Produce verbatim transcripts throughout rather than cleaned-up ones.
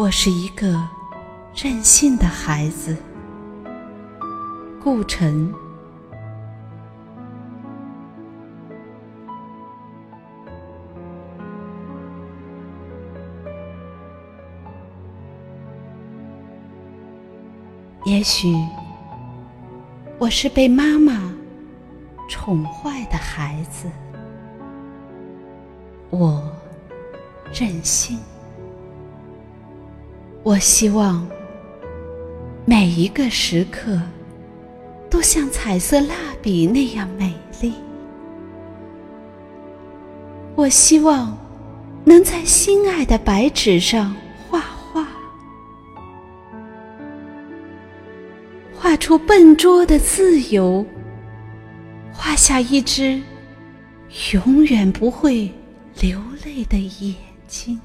我是一个任性的孩子。顾城。也许我是被妈妈宠坏的孩子，我任性，我希望每一个时刻都像彩色蜡笔那样美丽，我希望能在心爱的白纸上画画，画出笨拙的自由，画下一只永远不会流泪的眼睛，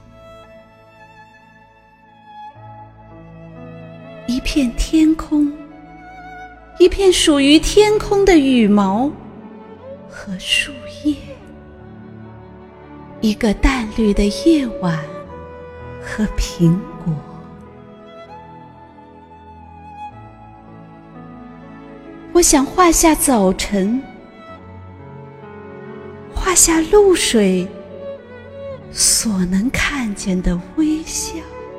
一片天空，一片属于天空的羽毛和树叶，一个淡绿的夜晚和苹果。我想画下早晨，画下露水所能看见的微笑，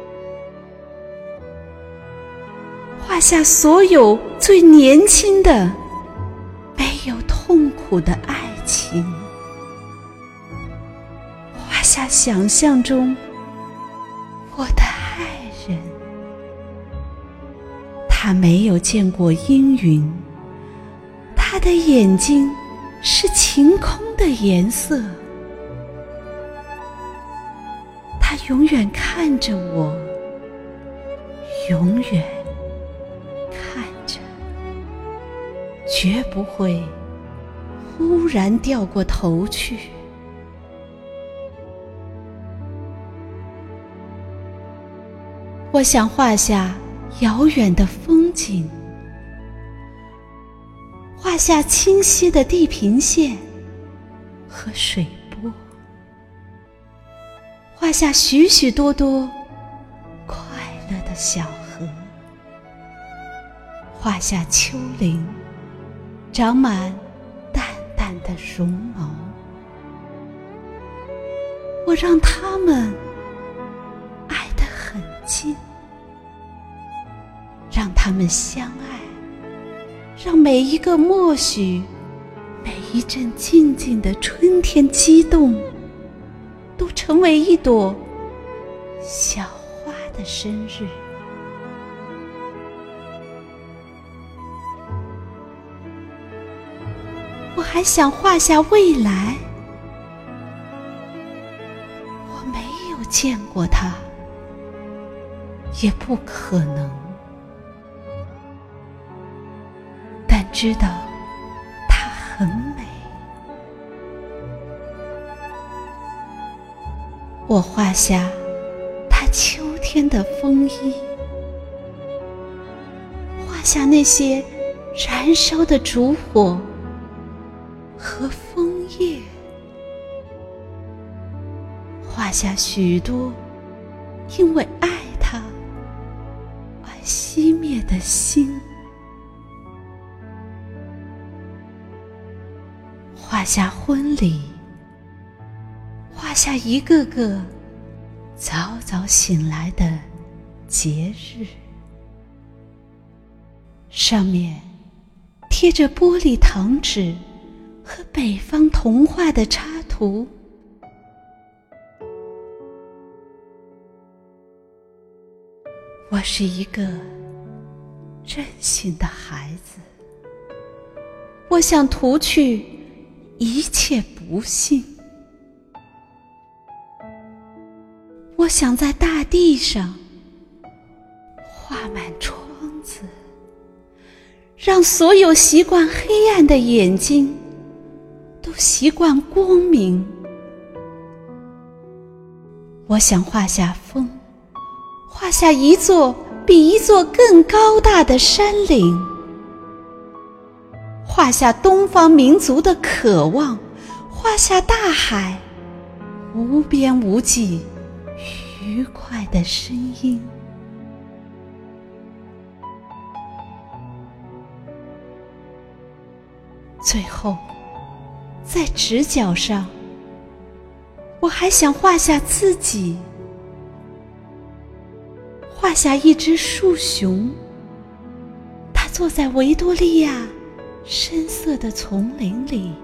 画下所有最年轻的没有痛苦的爱情，画下想象中我的爱人，他没有见过阴云，他的眼睛是晴空的颜色，他永远看着我，永远看着，绝不会忽然掉过头去。我想画下遥远的风景，画下清晰的地平线和水波，画下许许多多快乐的小河，画下丘陵长满淡淡的绒毛，我让它们爱得很近，让它们相爱，让每一个默许，每一阵静静的春天激动，都成为一朵小花的生日。我还想画下未来，我没有见过它，也不可能，但知道它很美。我画下它秋天的风衣，画下那些燃烧的烛火和枫叶，画下许多因为爱它而熄灭的心，画下婚礼，画下一个个早早醒来的节日，上面贴着玻璃糖纸和北方童话的插图。我是一个任性的孩子，我想涂去一切不幸，我想在大地上画满窗子，让所有习惯黑暗的眼睛都习惯光明。我想画下风，画下一座比一座更高大的山岭，画下东方民族的渴望，画下大海无边无际愉快的声音。最后，在直角上，我还想画下自己，画下一只树熊，它坐在维多利亚深色的丛林里，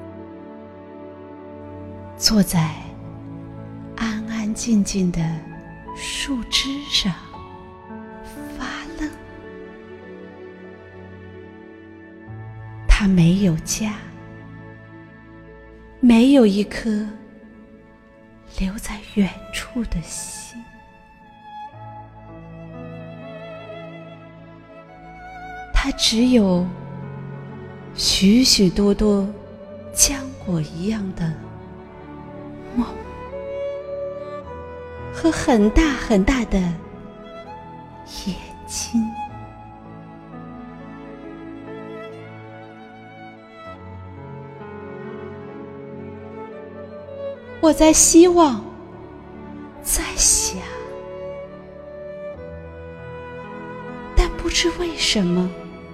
坐在安安静静的树枝上发愣。它没有家，没有一颗留在远处的心。它只有许许多多浆果一样的梦，和很大很大的眼睛。我在希望，在想，但不知为什么，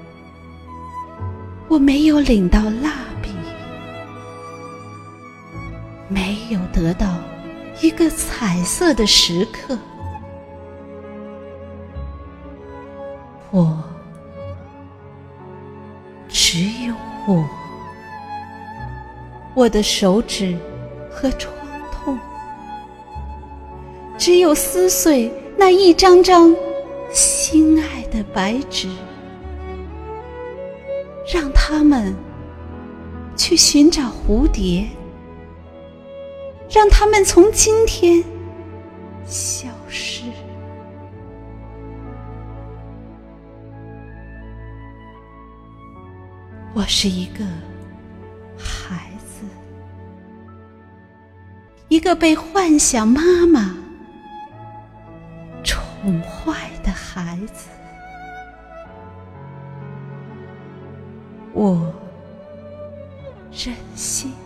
我没有领到蜡笔，没有得到一个彩色的时刻。我，只有我，我的手指和疮痛，只有撕碎那一张张心爱的白纸，让他们去寻找蝴蝶，让他们从今天消失。我是一个孩子，一个被幻想妈妈宠坏的孩子。我任性。